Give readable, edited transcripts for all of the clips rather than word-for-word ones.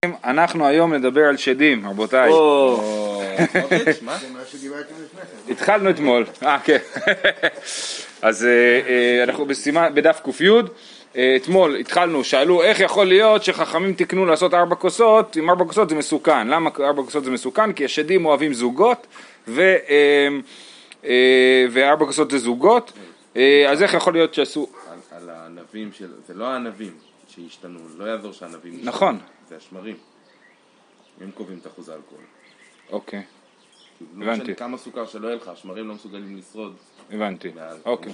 אנחנו היום נדבר על שדים, רבותיי. התחלנו אתמול. כן. אז אנחנו בדף ק"י. אתמול התחלנו, שאלו איך יכול להיות שחכמים תקנו לעשות 4 כוסות, עם 4 כוסות זה מסוכן. למה 4 כוסות זה מסוכן? כי השדים אוהבים זוגות, ו4 כוסות זה זוגות. אז איך יכול להיות שעשו... על הענבים של... זה לא הענבים שהשתנו, לא יעזור שהענבים השתנו. נכון. זה השמרים. הם קובעים את אחוז האלכוהול. אוקיי. לא משנה כמה סוכר שלא יהיה לך, השמרים לא מסוגלים לשרוד. הבנתי. אוקיי.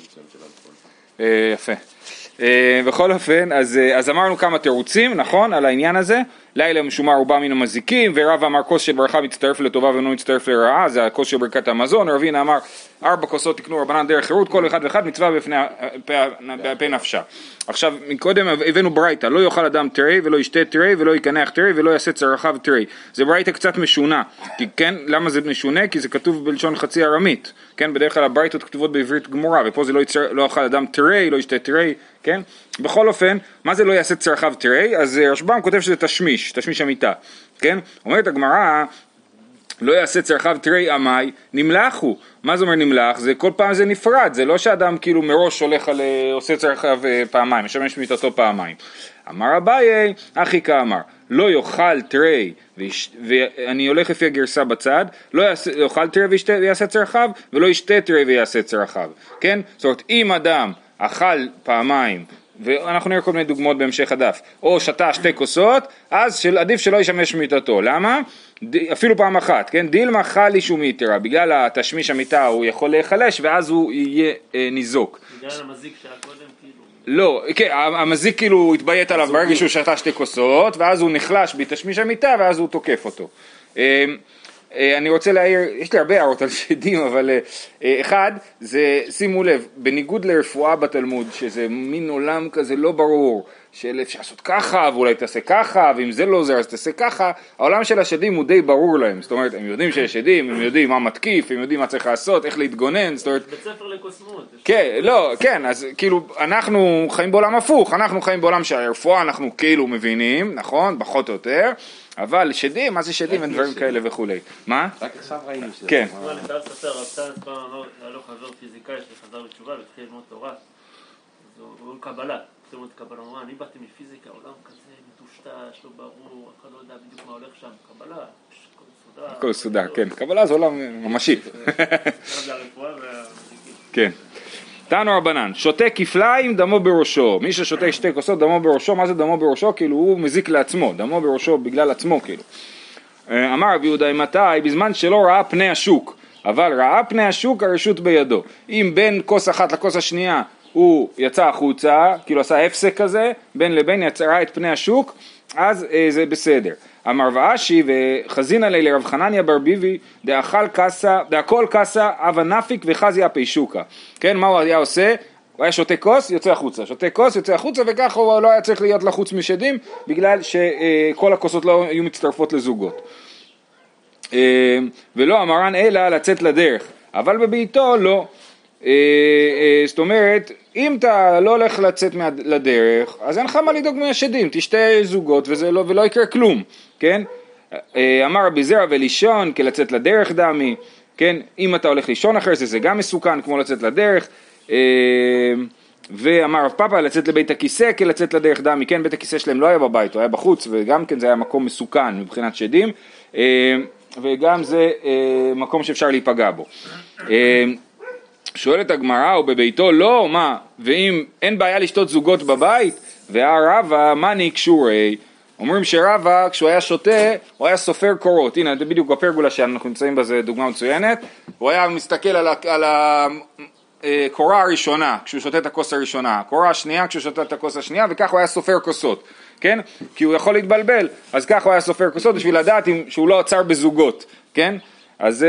יפה. בכל אופן, אז אמרנו כמה תירוצים, נכון, על העניין הזה. לילה משומר הוא בא מן המזיקים, ורב אמר כוס של ברכה מצטרף לטובה ואינו מצטרף לרעה, זה הכוס של ברכת המזון. רבינה אמר 4 כוסות תקנו רבנן דרך חירות, כל אחד ואחד מצווה בפי נפשה. עכשיו, מקודם הבאנו ברייתא, לא יאכל אדם תרי ולא ישתה תרי ולא יקנח תרי ולא יעשה צרכיו תרי. זה ברייתא קצת משונה, כי כן, למה זה משונה? כי זה כתוב בלשון חצי ארמית, כן, בדרך כלל הברייתות כתובות בעברית גמורה, ופה זה לא יאכל אדם תרי, לא ישתה תרי, כן? בכל אופן, מה זה לא יעשה צרכיו תרי? אז רשב"ם כותב שזה תשמיש המיטה, כן? אומרת הגמרא, לא יעשה צרכיו תרי עמי, נמלחו. מה זה אומר נמלח? זה כל פעם זה נפרד, זה לא שאדם כאילו מראש הולך על עושה צרכיו פעמיים, משמש מיטתו פעמיים. אמר אביי, אחי כאמר, לא יאכל תרי, ואני הולך לפי הגרסה בצד, לא יאכל תרי ויעשה צרכיו, ולא ישתה תרי ויעשה צרכיו, כן? זאת אומרת, אם אדם אכל פעמיים, ואנחנו נראה כל מיני דוגמאות בהמשך הדף, או שתה 2 כוסות, אז עדיף שלא ישמש מיטתו. למה? אפילו פעם אחת, כן? דילמה חלי שום יתרה, בגלל התשמיש המיטה הוא יכול להיחלש, ואז הוא יהיה ניזוק. בגלל המזיק שהיה קודם כאילו? לא, כן, המזיק כאילו הוא התביית עליו ברגע שהוא שתה 2 כוסות, ואז הוא נחלש בתשמיש המיטה, ואז הוא תוקף אותו. אני רוצה להעיר, יש לי הרבה הערות על שדים, אבל אחד, זה, שימו לב, בניגוד לרפואה בתלמוד, שזה מין עולם כזה לא ברור, של אפשר לעשות ככה, ואולי תעשה ככה, ואם זה לא עוזר אז תעשה ככה, העולם של השדים הוא די ברור להם, זאת אומרת, הם יודעים שיש שדים, הם יודעים מה מתקיף, הם יודעים מה צריך לעשות, איך להתגונן, זאת אומרת... בית ספר לקוסמות. כן, לא, כן, אז כאילו, אנחנו חיים בעולם הפוך, אנחנו חיים בעולם של הרפואה, אנחנו כאילו מבינים, נכון, פחות או יותר, אבל שדים, מה זה שדים, אין דברים כאלה וכולי. מה? רק עכשיו ראינו שזה. כן. אני חייב לספר, הרב סטנס פעם אמר, היה לו חבר פיזיקאי שחזר בתשובה והתחיל ללמוד תורה. אז הוא קבלה, התחיל ללמוד קבלה, הוא אמר, אני באתי מפיזיקה, עולם כזה מטושטש, לא ברור, אף אחד לא יודע בדיוק מה הולך שם, קבלה, הכל סודר. הכל סודר, כן, קבלה זה עולם ממשי. זה הרפואה והמזיקים. כן. תנו רבנן, שותה כפליים דמו בראשו, מי ששותה 2 כוסות דמו בראשו, מה זה דמו בראשו? כאילו הוא מזיק לעצמו, דמו בראשו בגלל עצמו כאילו. אמר רבי יהודה מתי, בזמן שלא ראה פני השוק, אבל ראה פני השוק הרשות בידו. אם בין כוס אחת לכוס השנייה הוא יצא החוצה, כאילו עשה הפסק כזה, בין לבין ראה את פני השוק, אז זה בסדר. אמר ואשי וחזין עלי לרב חנניה בר ביבי דהכל קסה אבא נפיק וחזי אפי שוקה. כן, מה הוא היה עושה? הוא היה שותה כוס, יוצא החוצה, שותה כוס, יוצא החוצה, וכך הוא לא היה צריך להיות לחוץ משדים, בגלל שכל הכוסות לא היו מצטרפות לזוגות. ולא אמרן אלא לצאת לדרך, אבל בביתו לא. זאת אומרת, אם אתה לא הולך לצאת לדרך, אז אין לך מה לדאוג מהשדים, תשתה זוגות ולא יקרה כלום, כן? אמר רבי זרע ולישון כלצאת לדרך דמי, כן? אם אתה הולך לישון אחרי זה, זה גם מסוכן כמו לצאת לדרך. ואמר רב פאפא לצאת לבית הכיסא כלצאת לדרך דמי, כן? בית הכיסא שלהם לא היה בבית, הוא היה בחוץ, וגם כן זה היה מקום מסוכן מבחינת שדים, וגם זה מקום שאפשר להיפגע בו. שואלת הגמרא, או בביתו לא, מה? ואם אין בעיה לשתות זוגות בבית, והרבא, מה נקשורי? אומרים שרבא, כשהוא היה שותה, הוא היה סופר קורות. הנה, זה בדיוק בפרגולה שאנחנו נמצאים בזה, דוגמה מצוינת. הוא היה מסתכל על הקורה הראשונה, כשהוא שותה את הכוס הראשונה, הקורה השנייה, כשהוא שותה את הכוס השנייה, וכך הוא היה סופר כוסות, כן? כי הוא יכול להתבלבל, אז כך הוא היה סופר כוסות, בשביל לדעת שהוא לא עצר בזוגות, כן? אז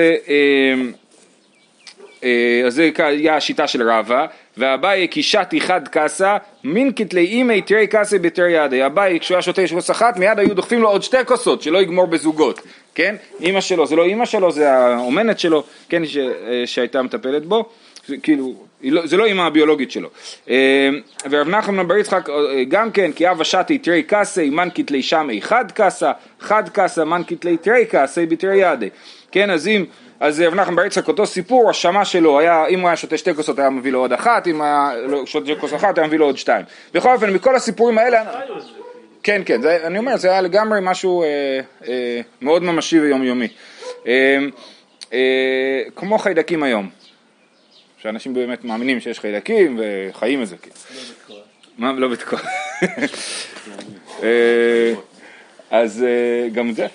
זה היה השיטה של רבא, והבאי קישת אחד קסה, מין כתלי אימי תרי קסה בתרי ידי. הבאי כשהוא היה שותה כוס אחת, מיד היו דוחפים לו עוד 2 כוסות, שלא יגמור בזוגות, כן? אמא שלו, זה לא אמא שלו, זה האומנת שלו, כן, שהייתה מטפלת בו. כאילו, זה לא אימא הביולוגית שלו. ורב נחמן בר יצחק גם כן, כי אב השתי תרי קסי, מן כתלי שמי חד קסה, מן כתלי תרי קסי בתרי ידי. כן, אז רב נחמן בר יצחק אותו סיפור, השמה שלו היה, אם הוא היה שותה 2 כוסות היה מביא לו עוד 1, אם היה שותה כוס 1 היה מביא לו עוד 2. בכל אופן, מכל הסיפורים האלה, כן, אני אומר, זה היה לגמרי משהו מאוד ממשי ויומיומי. כמו חיידקים היום. שאנשים באמת מאמינים שיש חיידקים וחיים את זה. לא בתקוע. אז גם זה.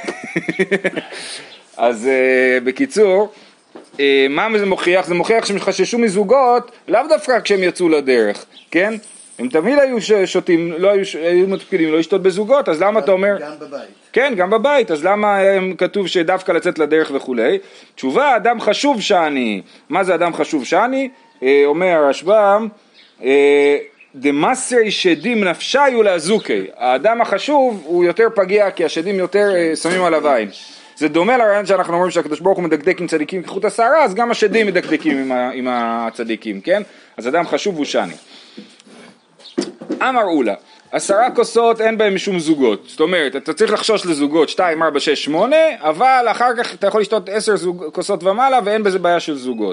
אז בקיצור, מה זה מוכיח? זה מוכיח שהם חששו מזוגות, לאו דווקא כשהם יצאו לדרך, כן? הם תמיד היו שותים, לא היו מתפקידים, לא לשתות בזוגות, אז למה אתה אומר... גם בבית. כן, גם בבית, אז למה כתוב שדווקא לצאת לדרך וכולי? תשובה, אדם חשוב שאני. מה זה אדם חשוב שאני? אומר הרשב"ם, דמסרי שדים נפשיו לאזוקי. האדם החשוב הוא יותר פגיע, כי השדים יותר שמים עליו עין. זה דומה לרעיון שאנחנו אומרים שהקדוש ברוך הוא מדקדק עם צדיקים כחוט השערה, אז גם השדים מדקדקים עם הצדיקים, כן? אז אדם חשוב הוא שאני. אמרו לה, 10 כוסות אין בהם משום זוגות, זאת אומרת, אתה צריך לחשוש לזוגות 2, 4, 6, 8, אבל אחר כך אתה יכול לשתות 10 כוסות ומעלה ואין בזה בעיה של זוגות.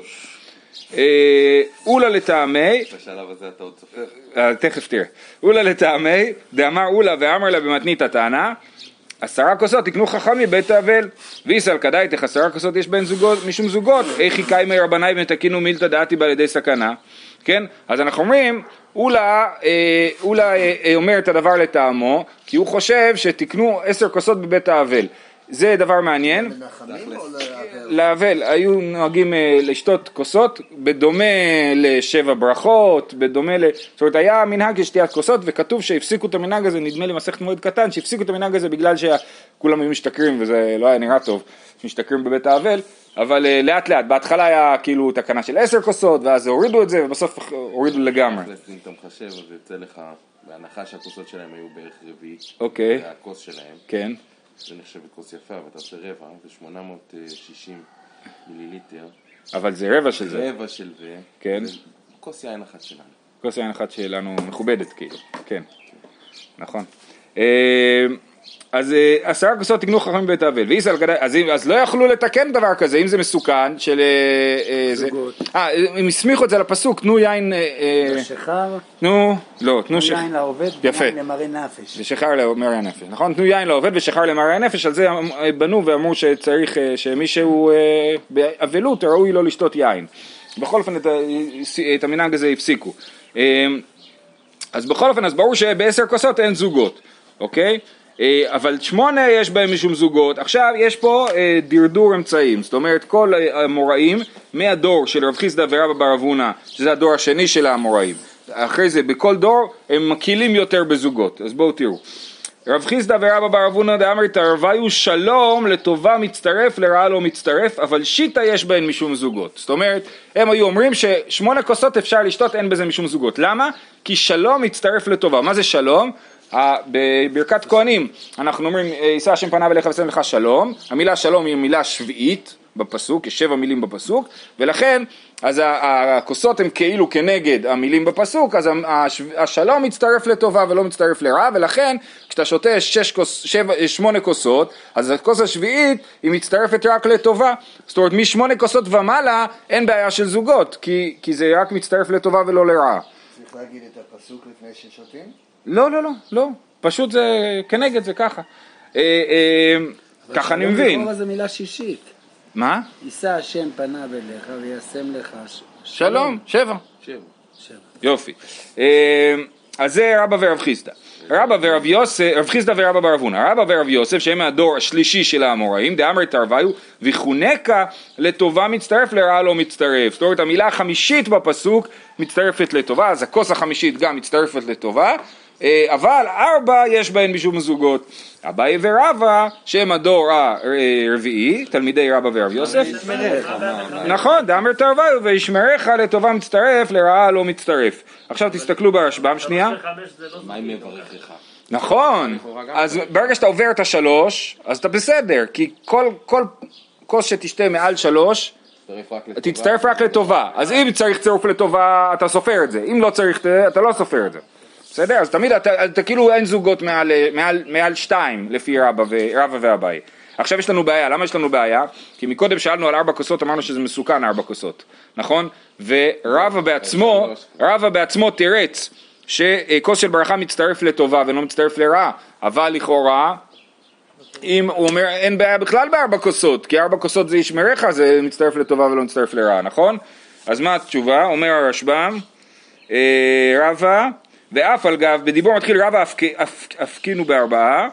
אולה לטעמי, בשלב הזה אתה עוד צופר. תכף תראה, אולה לטעמי, דאמר אולה ואמר לה במתנית התנא, 10 כוסות תקנו חכם מבית האבל, ויסל כדאיתך 10 כוסות יש בהן זוגות, משום זוגות, איך יקאי מי רבני ותקינו מילתא דעתי בה לידי סכנה, כן? אז אנחנו אומרים, אולה אומר את הדבר לטעמו, כי הוא חושב שתקנו 10 כוסות בבית האבל. זה דבר מעניין. מנחמים או לאבל? היו נוהגים לשתות כוסות, בדומה ל7 ברכות, בדומה זאת אומרת, היה מנהג לשתיית כוסות, וכתוב שהפסיקו את המנהג הזה, נדמה לי מסכת מועד קטן, שהפסיקו את המנהג הזה בגלל שכולם היו משתכרים, וזה לא היה נראה טוב, משתכרים בבית האבל, אבל לאט לאט, בהתחלה היה כאילו תקנה של 10 כוסות, ואז הורידו את זה, ובסוף הורידו לגמרי. אם אתה מחשב, אז יוצא לך, בהנחה שהכוסות שלהם היו בערך רביעית, אוקיי. והכוס שלהם, כן. זה נחשב כוס יפה, ואתה עושה רבע, זה 860 מיליליטר. אבל זה רבע של זה. רבע של זה. כן. כוס יין אחת שלנו. כוס יין אחת שלנו מכובדת, כאילו. כן. נכון. אז 10 כוסות תקנו חכמים בבית האבל, אז לא יכלו לתקן דבר כזה, אם זה מסוכן של זוגות. הם הסמיכו את זה לפסוק, תנו יין לשכר, תנו יין לעובד ויין למראה נפש. ושכר למראה נפש, נכון? תנו יין לעובד ושכר למראה נפש, על זה בנו ואמרו שצריך שמי שהוא באבלות ראוי לא לשתות יין. בכל אופן את המנהג הזה הפסיקו. אז בכל אופן, אז ברור שב10 כוסות אין זוגות, אוקיי? אבל 8 יש בהם משום זוגות. עכשיו יש פה דרדור אמצעים, זאת אומרת כל המוראים מהדור של רב חיסדא ורבא בר אבונה, שזה הדור השני של המוראים, אחרי זה בכל דור הם מקילים יותר בזוגות. אז בואו תראו, רב חיסדא ורבא בר אבונה דאמר תרוויו שלום לטובה מצטרף לרעה לא מצטרף, אבל שיטה יש בהן משום זוגות. זאת אומרת הם היו אומרים ש8 כוסות אפשר לשתות, אין בזה משום זוגות. למה? כי שלום מצטרף לטובה. מה זה שלום? בברכת כהנים אנחנו אומרים יישא השם פניו אליך ושם לך שלום. המילה שלום היא מילה שביעית בפסוק, יש 7 מילים בפסוק, ולכן אז הכוסות הן כאילו כנגד המילים בפסוק, אז השלום מצטרף לטובה ולא מצטרף לרעה, ולכן כשאתה שותה 8 כוסות, אז הכוס השביעית היא מצטרפת רק לטובה. זאת אומרת מ8 כוסות ומעלה אין בעיה של זוגות, כי זה רק מצטרף לטובה ולא לרעה. צריך להגיד את הפסוק לפני ששותים? לא, פשוט זה כנגד זה ככה. ככה אני מבין. אבל זה מילה שישית. מה? יישא השם פניו אליך וישם לך שלום. 7. יופי. אז זה רבא ורב חיסדא. רבא ורב יוסף, רב חיסדא ורבא בר אבונה. רבא ורב יוסף שהם מהדור השלישי של האמוראים, דאמר תרוויו וחונקה לטובה מצטרף לרעה לא מצטרף. זאת אומרת המילה החמישית בפסוק מצטרפת לטובה, אז הכוס החמישית גם מצטרפת לטובה, אבל 4 יש בהן משום זוגות. אביי ורבא שהם הדור הרביעי, תלמידי רבא ורב יוסף, נכון, דאמר תרוויו וישמרך לטובה מצטרף לרעה לא מצטרף. עכשיו תסתכלו ברשב"ם שנייה. מה אם יברך לך? נכון, אז ברגע שאתה עובר את 3 אז אתה בסדר, כי כל כוס שתשתה מעל 3 תצטרף רק לטובה. אז אם צריך צירוף לטובה, אתה סופר את זה. אם לא צריך, אתה לא סופר את זה. בסדר? אז תמיד אתה כאילו אין זוגות מעל 2 לפי רבא ואביי. עכשיו יש לנו בעיה. למה יש לנו בעיה? כי מקודם שאלנו על 4 כוסות, אמרנו שזה מסוכן 4 כוסות. נכון? ורבא בעצמו תירץ שכוס של ברכה מצטרף לטובה ולא מצטרף לרעה. אבל לכאורה, אם הוא אומר אין בעיה בכלל ב4 כוסות, כי 4 כוסות זה ישמרך, זה מצטרף לטובה ולא מצטרף לרעה, נכון? אז מה התשובה? אומר הרשב"ם, רבא, ואף על גב, בדיבור מתחיל רבא הפקינו ב4,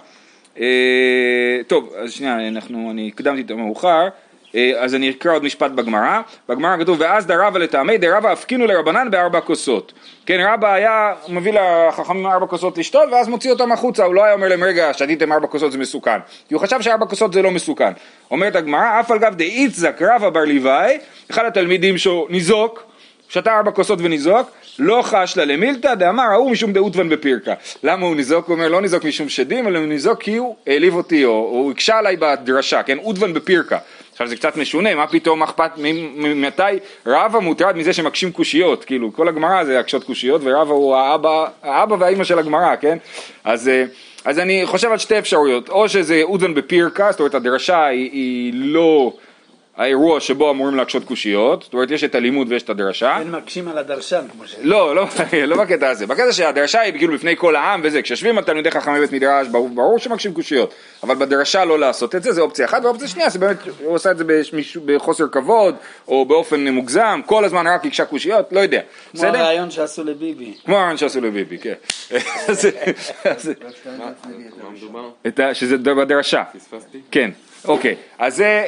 טוב, אז שנייה, אני הקדמתי את המאוחר, אז אני אקרא עוד משפט בגמרא. בגמרא כתוב ואז דרבא לטעמי דרבא הפקינו לרבנן ב4 כוסות. כן, רבא היה מביא לחכמים 4 כוסות לשתות ואז מוציא אותם החוצה. הוא לא היה אומר להם רגע שתיתם 4 כוסות זה מסוכן, כי הוא חשב ש4 כוסות זה לא מסוכן. אומרת הגמרא אף על גב דאיצזק רבא בר לוואי, אחד התלמידים שהוא ניזוק, שתה 4 כוסות וניזוק, לא חש לה למילתא דאמר ההוא משום דאותוון בפירקה. למה הוא ניזוק? הוא אומר לא ניזוק משום שדים, אלא הוא ניזוק כי הוא העליב אותי או הוא הקשה עליי בדרשה, כן, אותוון בפירקה. עכשיו זה קצת משונה, מה פתאום אכפת ממתי רבא מוטרד מזה שמקשים קושיות, כאילו כל הגמרא זה הקשות קושיות ורבא הוא האבא והאמא של הגמרא, כן? אז אני חושב על 2 אפשרויות, או שזה אותוון בפירקה, זאת אומרת הדרשה היא לא האירוע שבו אמורים להקשות קושיות, זאת אומרת יש את הלימוד ויש את הדרשה. אין מקשים על הדרשן כמו ש... לא בקטע הזה, בקטע שהדרשה היא כאילו בפני כל העם וזה, כשיושבים על תלמידי חכמי בית מדרש ברור שמקשים קושיות, אבל בדרשה לא לעשות את זה, זה אופציה אחת, ואופציה שנייה זה באמת הוא עושה את זה בחוסר כבוד או באופן מוגזם, כל הזמן רק יקשה קושיות, לא יודע. כמו הרעיון שעשו לביבי. כן. שזה בדרשה. כן. אוקיי, אז זה,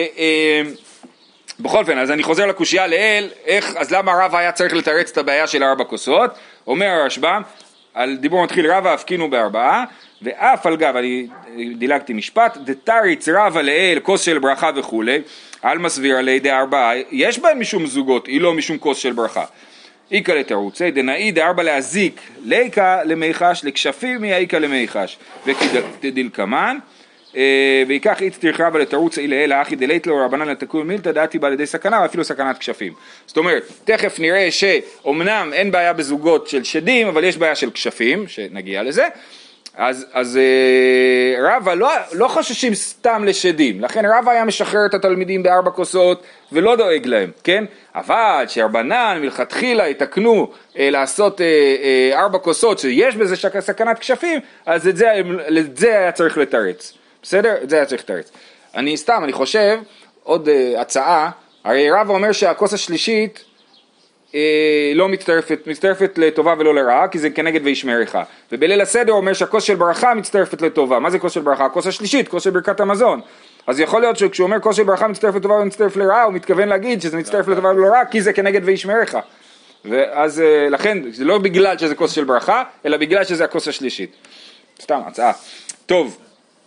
בכל אופן, אז אני חוזר לקושייה לאל, אז למה רבא היה צריך לתרץ את הבעיה של 4 כוסות? אומר הרשב"ם, על דיבור מתחיל רבא הפקינו ב4, ואף על גב, אני דילגתי משפט, דתריץ רבא לאל, כוס של ברכה וכו', על מסביר לידי 4, יש בהם משום זוגות, היא לא משום כוס של ברכה. איקה לתרוצי, דנאי ד4 להזיק, ליקה למיחש, לכשפים יאיקה למיחש, וכדלקמן, ויקח אית תרחב לתרוץ אלה האחי דלית לו רבנן לתקום מילתא דעתי בה לידי סכנה ואפילו סכנת כשפים. זאת אומרת, תכף נראה שאומנם אין בעיה בזוגות של שדים, אבל יש בעיה של כשפים, שנגיע לזה. אז רבא לא חוששים סתם לשדים, לכן רבא היה משחרר את התלמידים ב4 כוסות ולא דואג להם, כן? אבל שרבנן מלכתחילה יתקנו לעשות 4 כוסות שיש בזה סכנת כשפים, אז את זה היה צריך לתרץ. בסדר? את זה היה צריך לתרץ. אני חושב, עוד הצעה, הרי רבא אומר שהכוס השלישית לא מצטרפת לטובה ולא לרעה, כי זה כנגד וישמרך. ובליל הסדר אומר שהכוס של ברכה מצטרפת לטובה. מה זה כוס של ברכה? הכוס השלישית, כוס של ברכת המזון. אז יכול להיות שכשהוא אומר כוס של ברכה מצטרפת לטובה ומצטרף לרעה, הוא מתכוון להגיד שזה מצטרף לטובה ולא לרעה, כי זה כנגד וישמרך. ואז לכן, זה לא בגלל שזה כוס של ברכה, אלא בגלל שזה הכוס השלישית. סתם, הצעה. טוב.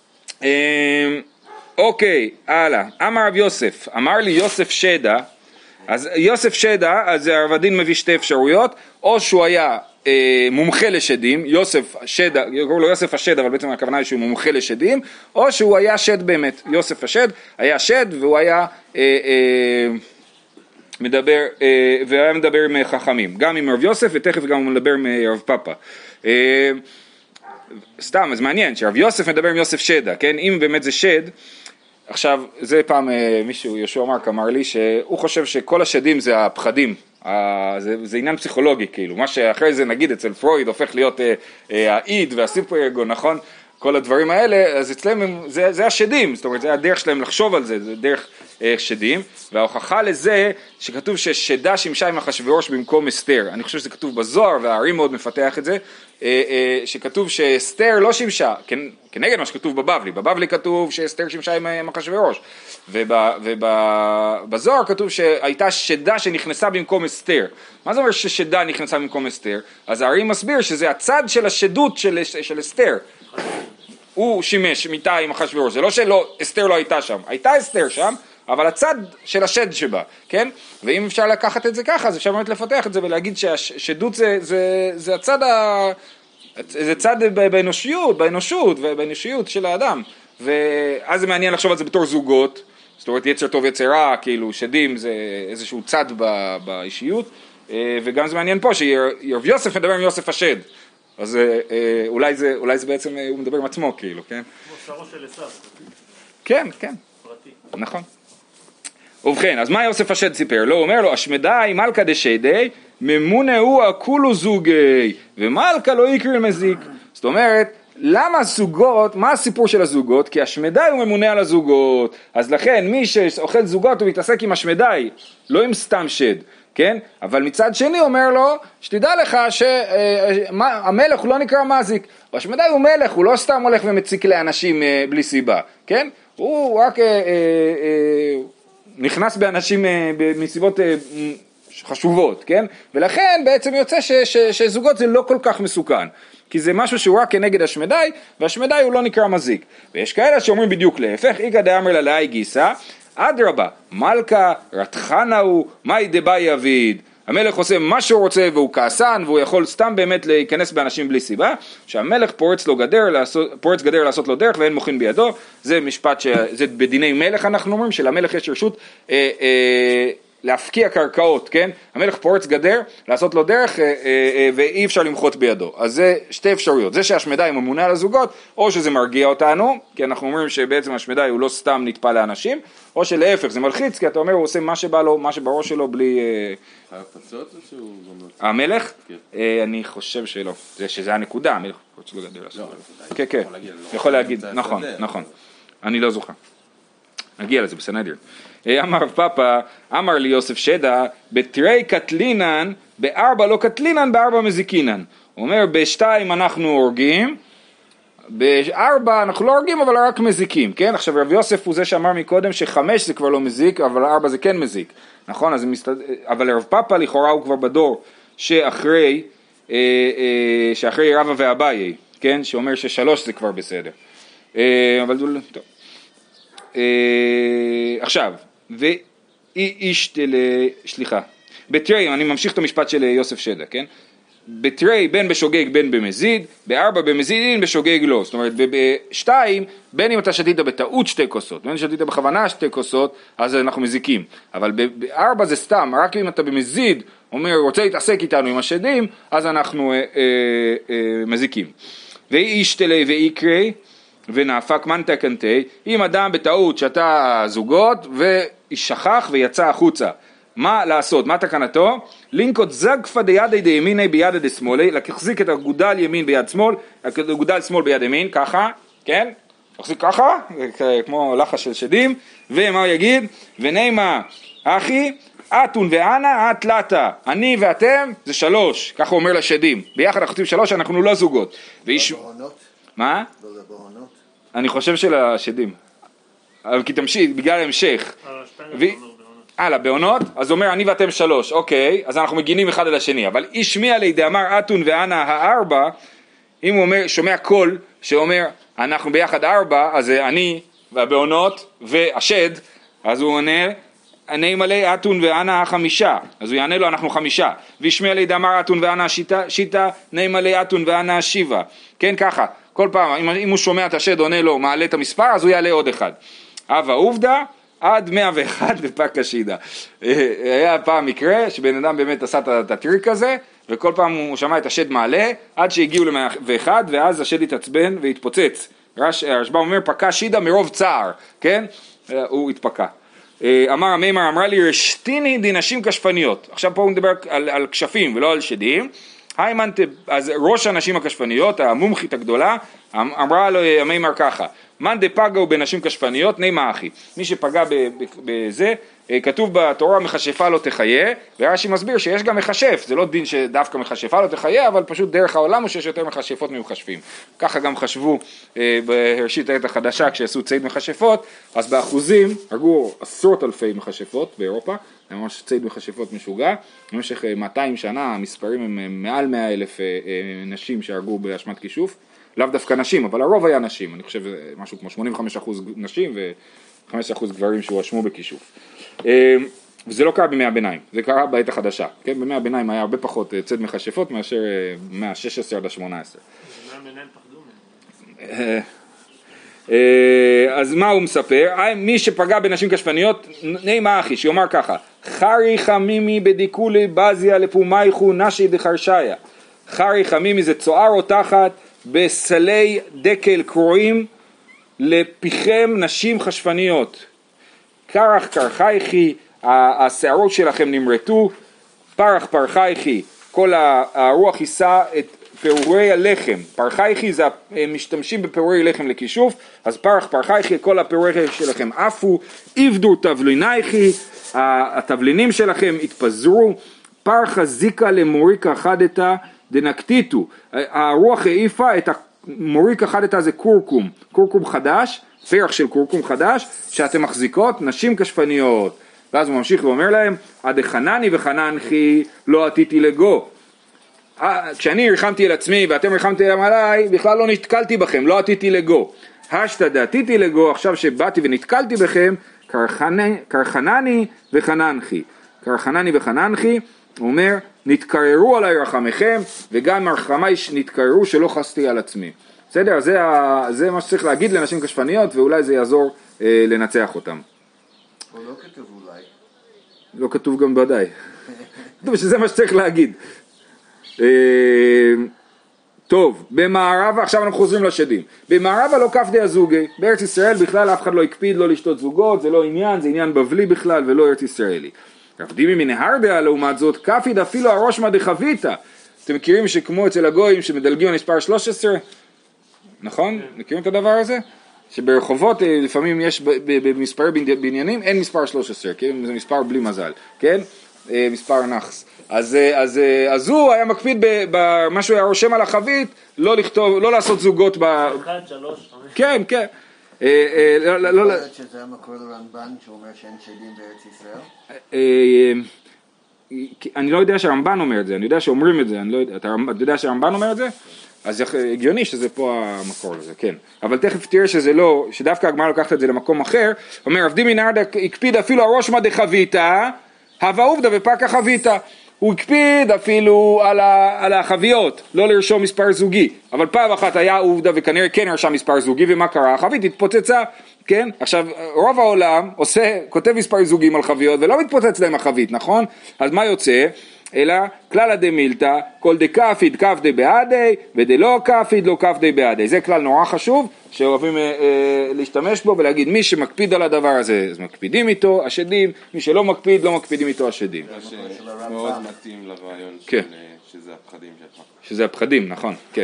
אוקיי, הלאה. אמר רב יוסף, אמר לי יוסף שדה, אז יוסף שדה, אז הרב הדין מביא 2 אפשרויות, או שהוא היה מומחה לשדים, יוסף שדה, קוראים לו יוסף השד, אבל בעצם הכוונה היא שהוא מומחה לשדים, או שהוא היה שד באמת, יוסף השד היה שד והוא היה מדבר עם חכמים, גם עם רב יוסף ותכף גם הוא מדבר עם רב פאפה. סתם, אז מעניין שרב יוסף מדבר עם יוסף שדה, כן? אם באמת זה שד, עכשיו, זה פעם מישהו, יהושע מרק אמר לי, שהוא חושב שכל השדים זה הפחדים, זה עניין פסיכולוגי, כאילו, מה שאחרי זה נגיד אצל פרויד הופך להיות האיד והסיפרגון, נכון? כל הדברים האלה, אז אצלם זה השדים, זאת אומרת, זה הדרך שלהם לחשוב על זה, זה דרך שדים, וההוכחה לזה שכתוב ששדה שימשה עם אחשוורוש במקום אסתר, אני חושב שזה כתוב בזוהר, והארי מאוד מפתח את זה, שכתוב שאסתר לא שימשה, כנגד מה שכתוב בבבלי כתוב שאסתר שימשה עם אחשוורוש, ובזוהר כתוב שהייתה שדה שנכנסה במקום אסתר. מה זה אומר ששדה נכנסה במקום אסתר? אז הארי מסביר שזה הצד של השדות של אסתר, הוא שימש מיטה עם אחשוורוש, זה לא שאסתר לא הייתה שם, הייתה אסתר שם, אבל הצד של השד שבה, כן? ואם אפשר לקחת את זה ככה, אז אפשר באמת לפתח את זה ולהגיד שהשדות זה הצד זה צד באנושות ובאנושיות של האדם, ואז זה מעניין לחשוב על זה בתור זוגות, זאת אומרת יצר טוב יצר רע, כאילו שדים זה איזשהו צד באישיות, וגם זה מעניין פה שרב יוסף מדבר עם יוסף השד, אז אולי זה בעצם הוא מדבר עם עצמו כאילו, כן? כמו שרו של עשיו. כן, כן. פרטי. נכון. ובכן, אז מה יוסף השד סיפר? לא, הוא אומר לו, השמדי מלכה דשדי, ממונה הוא הכולו זוגי, ומלכה לא יקרא מזיק. זאת אומרת, למה הזוגות, מה הסיפור של הזוגות? כי השמדי הוא ממונה על הזוגות, אז לכן מי שאוכל זוגות הוא מתעסק עם השמדי, לא עם סתם שד, כן? אבל מצד שני אומר לו, שתדע לך שהמלך הוא לא נקרא מזיק, השמדי הוא מלך, הוא לא סתם הולך ומציק לאנשים בלי סיבה, כן? הוא רק נכנס באנשים מסיבות חשובות, כן? ולכן בעצם יוצא שזוגות זה לא כל כך מסוכן, כי זה משהו שהוא רק כנגד השמדי, והשמדי הוא לא נקרא מזיק. ויש כאלה שאומרים בדיוק להפך, איגא דאמר ללאי גיסא, אדרבה, מלכה, רתחנה הוא, מאי דבאי אביד. המלך עושה מה שהוא רוצה והוא כעסן, והוא יכול סתם באמת להיכנס באנשים בלי סיבה, שהמלך פורץ גדר לעשות לו דרך ואין מוכין בידו. זה משפט שזה בדיני מלך אנחנו אומרים, שלמלך יש רשות להפקיע קרקעות, כן? המלך פורץ גדר, לעשות לו דרך ואי אפשר למחות בידו. אז זה שתי אפשרויות, זה שהשמדי ממונה על הזוגות, או שזה מרגיע אותנו, כי אנחנו אומרים שבעצם השמדי הוא לא סתם נטפל לאנשים, או שלהפך זה מלחיץ, כי אתה אומר הוא עושה מה שבא לו, מה שבראש שלו בלי... חייב פצות או שהוא גם לא... המלך? אני חושב שלא, שזה הנקודה, המלך פורץ לו גדר לעשות. כן, כן, יכול להגיד, נכון, נכון, אני לא זוכר. נגיע לזה בסנהדרין. אמר פאפה, אמר לי יוסף שדה, בתרי קטלינן, בארבע לא קטלינן, בארבע מזיקינן. הוא אומר, בשתיים אנחנו הורגים, בארבע אנחנו לא הורגים, אבל רק מזיקים, כן? עכשיו רב יוסף הוא זה שאמר מקודם שחמש זה כבר לא מזיק, אבל ארבע זה כן מזיק, נכון? אז אבל רב פאפה לכאורה הוא כבר בדור שאחרי רבא ואביי, כן? שאומר ששלוש זה כבר בסדר. אבל טוב. עכשיו, בתרי, אני ממשיך את המשפט של יוסף שדה, כן? בתרי בין בשוגג בין במזיד, בארבע במזידין בשוגג לא, זאת אומרת בשתיים, בין אם אתה שתית בטעות שתי כוסות, בין אם שתית בכוונה שתי כוסות, אז אנחנו מזיקים, אבל בארבע זה סתם, רק אם אתה במזיד, אומר רוצה להתעסק איתנו עם השדים, אז אנחנו מזיקים. ואישתלי ואיקרי, ונאפק מנטה קנטי, אם אדם בטעות שתה זוגות וישכח ויצא החוצה, מה לעשות? מה תקנתו? לינקות זגפה דידי דימיני ביד דשמאלי, להחזיק את הגודל ימין ביד שמאל, הגודל שמאל ביד ימין, ככה, כן? להחזיק ככה, כמו לחש של שדים, ומה הוא יגיד? ונאמר, אחי, אתון ואנה, את לטה, אני ואתם זה שלוש, ככה הוא אומר לשדים, ביחד אנחנו עושים שלוש, אנחנו לא זוגות. מה? אני חושב של השדים, אבל כי תמשיך, בגלל המשך. לבעונות, אז אומר אני ואתם שלוש, אוקיי, אז אנחנו מגינים אחד על השני, אבל איש מי עלי דאמר אתון ואנה הארבע, אם הוא אומר, שומע קול שאומר אנחנו ביחד ארבע, אז זה אני והבעונות והשד, אז הוא עונה, אני מלא אתון ואנה החמישה, אז הוא יענה לו אנחנו חמישה, וישמע לי דאמר אתון ואנה שיטה, נאמלה אתון ואנה השבע, כן ככה, כל פעם, אם הוא שומע את השד עונה לו, מעלה את המספר, אז הוא יעלה עוד אחד. אבא עובדה, עד 101 בפק השידה. היה פעם מקרה שבן אדם באמת עשה את הטריק הזה, וכל פעם הוא שמע את השד מעלה, עד שהגיעו ל101, ואז השד התעצבן והתפוצץ. הרשב"א אומר, פקה שידה מרוב צער, כן? הוא התפקע. אמר המימר, אמרה לי, רשתיני דינשים כשפניות. עכשיו פה הוא מדבר על כשפים ולא על שדים. אז ראש הנשים הכשפניות, המומחית הגדולה, אמרה לו המימר ככה, מן דפגעו בנשים כשפניות, נאמר אחי, מי שפגע בזה, כתוב בתורה מכשפה לא תחיה, ורש"י מסביר שיש גם מכשף, זה לא דין שדווקא מכשפה לא תחיה, אבל פשוט דרך העולם הוא שיש יותר מכשפות ממכשפים. ככה גם חשבו בראשית העת החדשה כשעשו ציד מכשפות, אז באחוזים הרגו 10,000 מכשפות באירופה, זה ממש ציד מכשפות משוגע, במשך 200 שנה המספרים הם מעל 100,000 נשים שהרגו באשמת כישוף, לאו דווקא נשים, אבל הרוב היה נשים, אני חושב משהו כמו 85% נשים ו5% גברים שהואשמו בכישוף. וזה לא קרה בימי הביניים, זה קרה בעת החדשה, כן? בימי הביניים היה הרבה פחות ציד מכשפות מאשר מה-16 עד ה-18. אז מה הוא מספר? מי שפגע בנשים כשפניות, נעימה אחי, שיאמר ככה, חרי חמימי בדיקולי בזיה לפומייכו נשי דחרשיה. חרי חמימי זה צוער או תחת בסלי דקל קרועים לפיכם נשים חשפניות. קרח קרחייכי, השערות שלכם נמרטו, פרח פרחייכי, כל הרוח יישא את פירורי הלחם. פרחייכי זה משתמשים בפירורי לחם לכישוף, אז פרח פרחייכי, כל הפירורי שלכם עפו, עבדו תבלינייכי, התבלינים שלכם התפזרו, פרחה זיקה למוריקה חדתה דנקטיטו, הרוח העיפה את המוריקה חדתה זה קורקום, קורקום חדש, פרח של קורקום חדש, שאתם מחזיקות נשים כשפניות. ואז הוא ממשיך ואומר להם, עד חנני וחננחי לא עתיתי לגו. כשאני רחמתי אל עצמי ואתם רחמתי עליי, בכלל לא נתקלתי בכם, לא עתיתי לגו. השתא דעתיתי לגו, עכשיו שבאתי ונתקלתי בכם, קרחנני וחננחי. קרחנני וחננחי, הוא אומר, נתקררו עליי רחמכם, וגם רחמי נתקררו שלא חסתי על עצמי. בסדר? זה מה שצריך להגיד לנשים כשפניות, ואולי זה יעזור לנצח אותם. הוא לא כתוב אולי. לא כתוב גם ודאי. כתוב שזה מה שצריך להגיד. טוב, במערבה, עכשיו אנחנו חוזרים לשדים. במערבה לא כפדי הזוגי, בארץ ישראל בכלל אף אחד לא הקפיד לא לשתות זוגות, זה לא עניין, זה עניין בבלי בכלל ולא ארץ ישראלי. רבדימי מנהר דעה לעומת זאת, כפיד אפילו הראש מה דחביתה. אתם מכירים שכמו אצל הגויים שמדלגים על מספר 13? נכון? מכירים את הדבר הזה? שברחובות לפעמים יש במספרי בניינים אין מספר 13, כן? זה מספר בלי מזל, כן? מספר נחס. אז הוא היה מקפיד במה שהוא היה רושם על החבית, לא לכתוב, לא לעשות זוגות 1, 3, 5. כן, כן. לא יודעת שזה המקור לרמב"ן שאומר שאין שדים בארץ ישראל? אני לא יודע שהרמב"ן אומר את זה, אני יודע שאומרים את זה, אני לא יודע, אתה יודע שהרמב"ן אומר את זה? אז הגיוני שזה פה המקור לזה, כן. אבל תכף תראה שזה לא, שדווקא הגמרא לוקחת את זה למקום אחר, אומר עבדי מנהרדה הקפיד אפילו הראש מה דחביתה, הווה עובדה ופקה חביתה. הוא הקפיד אפילו על החביות, לא לרשום מספר זוגי, אבל פעם אחת היה עובדה וכנראה כן רשם מספר זוגי, ומה קרה? החבית התפוצצה, כן? עכשיו רוב העולם כותב מספר זוגים על חביות ולא מתפוצץ להם החבית, נכון? אז מה יוצא? אלא כלל דמילתא, כל דקפיד כפדי בעדי ודלא כפיד לא כפדי בעדי. זה כלל נורא חשוב שאוהבים להשתמש בו ולהגיד מי שמקפיד על הדבר הזה אז מקפידים איתו השדים, מי שלא מקפיד לא מקפידים איתו השדים. זה מאוד מתאים לרעיון שזה הפחדים שלך. שזה הפחדים, נכון, כן.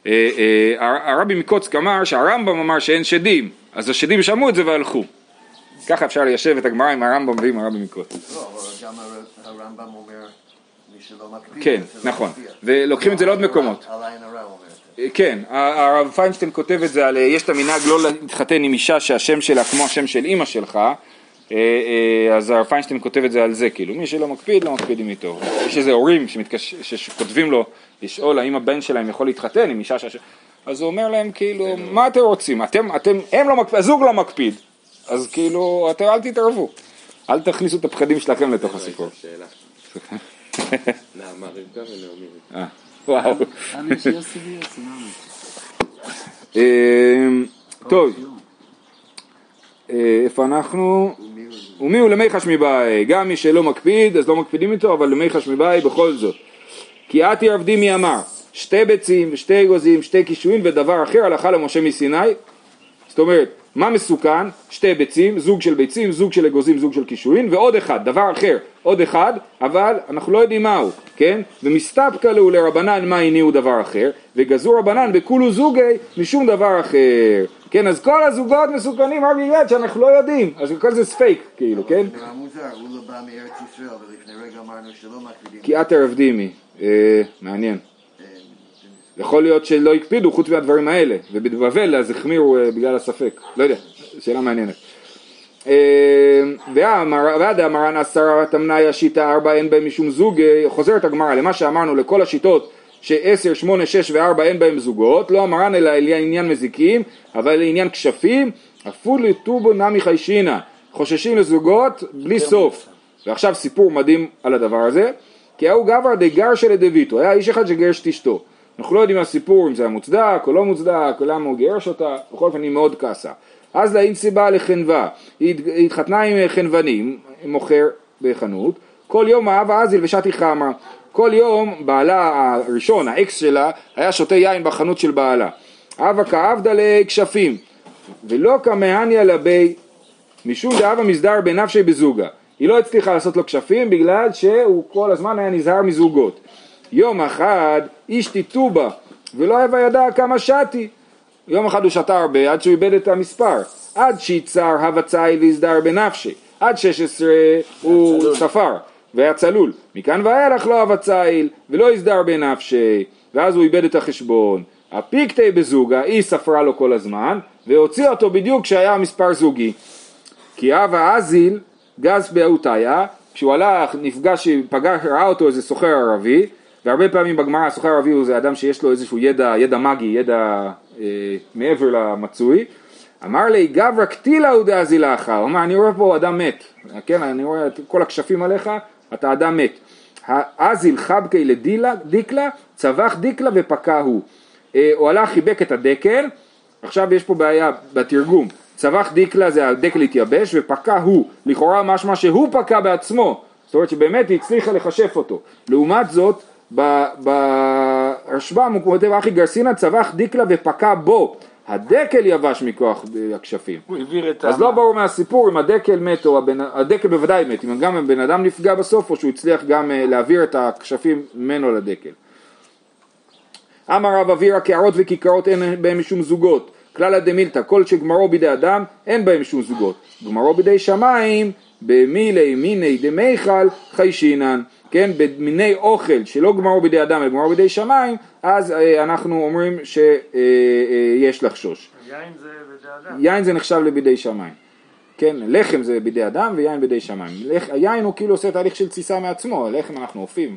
הרבי מקוצק אמר שהרמב"ם אמר שאין שדים, אז השדים שמעו את זה והלכו. ככה אפשר ליישב את הגמרא עם הרמב"ם ועם הרבי מקוצק. לא, אבל גם הרמב"ם אומר מי שלא מקפיד. כן, נכון. ולוקחים את זה לעוד מקומות. על עין הרע אומר. כן, הרב פיינשטיין כותב את זה על, יש את המנהג לא להתחתן עם אישה שהשם שלה כמו השם של אמא שלך, אז הרב פיינשטיין כותב את זה על זה, כאילו, מי שלא מקפיד, לא מקפידים איתו. יש איזה הורים שכותבים לו, לשאול האם הבן שלהם יכול להתחתן עם אישה שהשם, אז הוא אומר להם, כאילו, מה אתם רוצים? הזוג לא מקפיד, אז כאילו, אל תתערבו, אל תכניסו את הפחדים שלכם לתוך הסיפור. נעמה רבקה ונעמי רבקה. וואו. אני שיוסי ויוסי, טוב, איפה אנחנו? ומי הוא למי חשמי באי, גם מי שלא מקפיד אז לא מקפידים איתו, אבל למי חשמי באי בכל זאת. כי עתי עבדי מי אמר, 2 ביצים ו2 אגוזים, 2 קישואין ודבר אחר הלכה למשה מסיני. זאת אומרת, מה מסוכן? 2 ביצים, זוג של ביצים, זוג של אגוזים, זוג של קישואין, ועוד אחד, דבר אחר, עוד אחד, אבל אנחנו לא יודעים מהו, כן? ומסתפקא לו לרבנן מה הניעו דבר אחר, וגזו רבנן בכולו זוגי משום דבר אחר. כן, אז כל הזוגות מסוכנים רק בגלל שאנחנו לא יודעים, אז כל זה ספייק, כאילו, כן? זה מוזר, הוא לא בא מארץ ישראל, ולפני רגע אמרנו שלא מקפידים. כי את עבדימי, מעניין. יכול להיות שלא הקפידו חוץ מהדברים האלה, ובבבל אז החמירו בגלל הספק, לא יודע, שאלה מעניינת. ועד המרן 10 תמנאי השיטה 4 אין בהם משום זוג, חוזרת הגמרא למה שאמרנו לכל השיטות ש10, 8, 6 ו4 אין בהם זוגות, לא המרן אלא לעניין מזיקים, אבל לעניין כשפים, אפילו טובו נמי חיישינה, חוששים לזוגות בלי סוף. ועכשיו סיפור מדהים על הדבר הזה, כי הוא גבר דגר של דביטו, היה איש אחד שגרש את אשתו. אנחנו לא יודעים הסיפור אם זה היה מוצדק או לא מוצדק, או למה הוא גרש אותה, בכל אופן היא מאוד כעסה. אז לאין סיבה לחנווה, היא התחתנה עם חנווני, מוכר בחנות, כל יום אהב האזיל ושתי חמרה, כל יום בעלה הראשון, האקס שלה, היה שותה יין בחנות של בעלה, אהבה כאבדה לכשפים, ולא כמהניה לבי, משום דאבה מסדר בנפשי בזוגה, היא לא הצליחה לעשות לו כשפים בגלל שהוא כל הזמן היה נזהר מזוגות, יום אחד איש תיתו בה, ולא היה ידע כמה שתי, יום אחד הוא שתה הרבה עד שהוא איבד את המספר, עד שיצר הבצאי והסדר בנפשי, עד 16 הוא ספר והיה צלול, מכאן ואילך לא הבצאי ולא הסדר בנפשי, ואז הוא איבד את החשבון, הפיקטי בזוגה, היא ספרה לו כל הזמן, והוציאה אותו בדיוק כשהיה מספר זוגי, כי אבא אזיל גז באותיה, כשהוא הלך נפגש, ראה אותו איזה סוחר ערבי, והרבה פעמים בגמרא הסוחר הערבי הוא זה אדם שיש לו איזשהו ידע מגי, ידע מעבר למצוי, אמר לי גברא קטילה הוא דאזילה אחר, הוא אומר אני רואה פה אדם מת, כן, אני רואה את כל הכשפים עליך, אתה אדם מת, האזיל חבקי לדיקלה, צבח דיקלה ופקע הוא הלך חיבק את הדקל, עכשיו יש פה בעיה בתרגום, צבח דיקלה זה הדקל התייבש ופקע הוא, לכאורה משמע שהוא פקע בעצמו, זאת אומרת שבאמת היא הצליחה לחשף אותו, לעומת זאת ברשב"ם הוא כותב אחי גרסינה צבח דיקלה ופקע בו, הדקל יבש מכוח הכשפים, אז לא ברור מהסיפור אם הדקל מת או הדקל בוודאי מת, אם גם בן אדם נפגע בסוף או שהוא הצליח גם להעביר את הכשפים ממנו לדקל. אמר רב אבירא קערות וכיכרות אין בהם משום זוגות, כלל הדמילתא כל שגמרו בידי אדם אין בהם משום זוגות, גמרו בידי שמיים במילי מיני דמיכל חיישינן, כן, במיני אוכל שלא גמרו בידי אדם אלא גמרו בידי שמיים, אז אנחנו אומרים שיש לחשוש. יין זה בידי אדם. יין זה נחשב לבידי שמיים. כן, לחם זה בידי אדם ויין בידי שמיים. היין הוא כאילו עושה תהליך של תסיסה מעצמו, הלחם אנחנו אופים.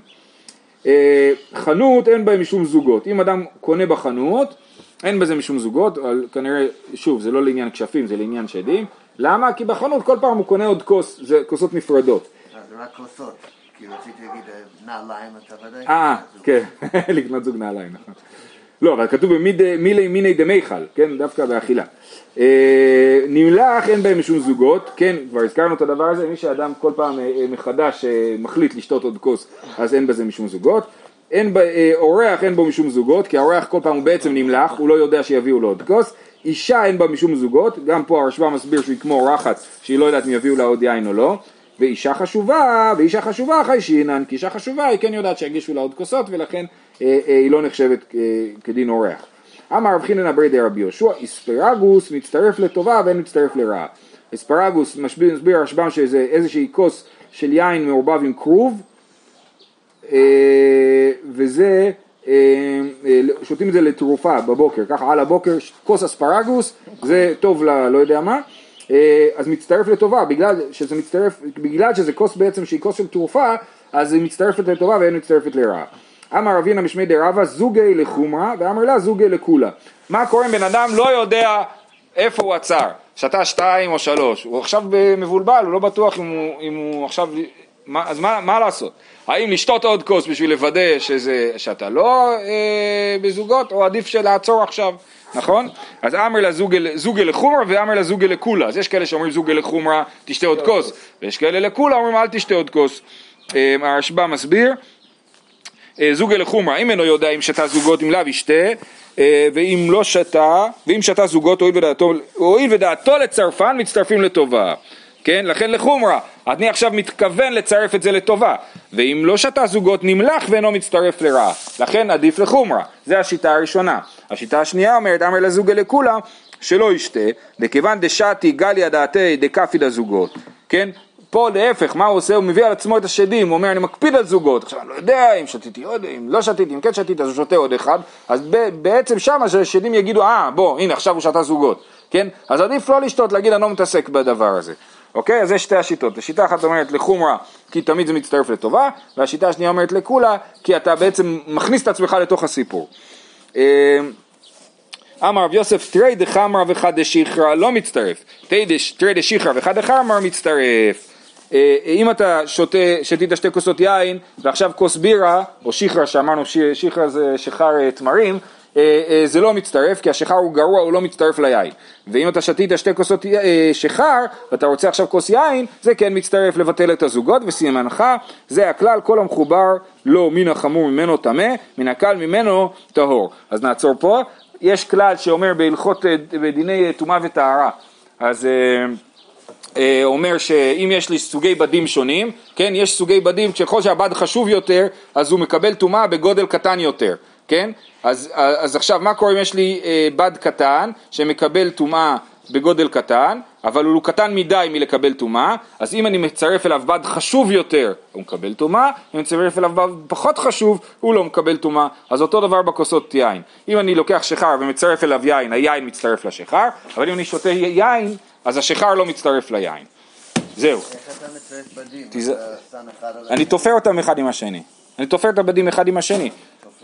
חנות אין בהם משום זוגות. אם אדם קונה בחנות, אין בזה משום זוגות, אבל כנראה, שוב, זה לא לעניין כשפים, זה לעניין שדים. למה? כי בחנות כל פעם הוא קונה עוד כוס, זה כוסות נפרדות. זה רק כוסות. כי רציתי להגיד נעליים, אתה ודאי. כן, לקנות זוג נעליים, נכון. לא, אבל כתוב במילי מיני דמיכל, כן, דווקא באכילה. נמלח אין בהם משום זוגות, כן, כבר הזכרנו את הדבר הזה, מי שאדם כל פעם מחדש מחליט לשתות עוד כוס, אז אין בזה משום זוגות. אורח אין בו משום זוגות, כי האורח כל פעם הוא בעצם נמלח, הוא לא יודע שיביאו לו עוד כוס. אישה אין בה משום זוגות, גם פה הרשב"ם מסביר שהיא כמו אורחת, שהיא לא יודעת אם יביאו לה עוד יין או לא. ואישה חשובה חיישינן, כי אישה חשובה היא כן יודעת שיגישו לה עוד כוסות, ולכן היא לא נחשבת כדין אורח. אמר רב חינן אברי דרבי יהושע, אספרגוס מצטרף לטובה ואין מצטרף לרעה. אספרגוס מסביר הרשב"ם שזה איזושהי כוס של יין מעורבב עם כרוב, וזה, שותים את זה לתרופה בבוקר, ככה על הבוקר, כוס אספרגוס, זה טוב לא יודע מה, אז מצטרף לטובה, בגלל שזה כוס בעצם שהיא כוס של תרופה, אז היא מצטרפת לטובה ואין מצטרפת לרעה. אמר רבינה משמי דרבה זוגי לחומרה, ואמר לה זוגי לכולה. מה קורה אם בן אדם לא יודע איפה הוא עצר, שתה 2 או 3, הוא עכשיו מבולבל, הוא לא בטוח אם הוא עכשיו, אז מה לעשות? האם לשתות עוד כוס בשביל לוודא שאתה לא בזוגות, או עדיף לעצור עכשיו? נכון? אז אמר לה זוגי לחומרה ואמר לה זוגי לכולה. אז יש כאלה שאומרים זוגי לחומרה תשתה עוד כוס, ויש כאלה לכולה אומרים אל תשתה עוד כוס. הרשב"ם מסביר זוגי לחומרה, אם אינו יודע אם שתה זוגות אם לאו ישתה, ואם לא שתה, ואם שתה זוגות הואיל ודעתו לצרפן מצטרפים לטובה, כן? לכן לחומרה, אני עכשיו מתכוון לצרף את זה לטובה, ואם לא שתה זוגות נמלח ואינו מצטרף לרעה, לכן עדיף לחומרה. זה השיטה הראשונה. השיטה השנייה אומרת אמר לזוגי לכולה שלא ישתה, וכיוון דשתי גליה דעתי דקפי דזוגות, כן? פה להפך, מה הוא עושה? הוא מביא על עצמו את השדים, הוא אומר אני מקפיד על זוגות, עכשיו אני לא יודע אם שתיתי עוד, אם לא שתיתי, אם כן שתיתי אז הוא שותה עוד אחד, אז בעצם שם השדים יגידו בוא הנה עכשיו הוא שתה זוגות, כן? אז עדיף לא לשתות, להגיד אני לא מתעסק בדבר הזה. אוקיי? אז זה שתי השיטות. השיטה אחת אומרת לחומרה כי תמיד זה מצטרף לטובה, והשיטה השנייה אומרת לכולה כי אתה בעצם מכניס את עצמך לתוך הסיפור. אמר רב יוסף תרי דחמרה וחד דשיחרה לא מצטרף, תרי דשיחרה וחד דחמרה מצטרף. אם אתה שתית 2 כוסות יין ועכשיו כוס בירה או שיחרה, שאמרנו שיחרה זה שיחר תמרים, זה לא מצטרף, כי השיכר הוא גרוע, הוא לא מצטרף ליין. ואם אתה שתית 2 כוסות שיכר, ואתה רוצה עכשיו כוס יין, זה כן מצטרף לבטל את הזוגות, וסימנך, זה הכלל, כל המחובר לא מן החמור ממנו טמא, מן הקל ממנו טהור. אז נעצור פה. יש כלל שאומר בהלכות בדיני טומאה וטהרה, אז אומר שאם יש לי סוגי בדים שונים, כן, יש סוגי בדים, ככל שהבד חשוב יותר, אז הוא מקבל טומאה בגודל קטן יותר, כן? אז עכשיו מה קורה אם יש לי בד קטן שמקבל טומאה בגודל קטן, אבל הוא קטן מדי מלקבל טומאה, אז אם אני מצרף אליו בד חשוב יותר, הוא מקבל טומאה, אם אני מצרף אליו בד פחות חשוב, הוא לא מקבל טומאה. אז אותו דבר בכוסות יין. אם אני לוקח שיכר ומצרף אליו יין, היין מצטרף לשיכר, אבל אם אני שותה יין, אז השיכר לא מצטרף ליין. זהו. איך אתה מצרף בדים? אני תופר אותם אחד עם השני. אני תופר את הבדים אחד עם השני.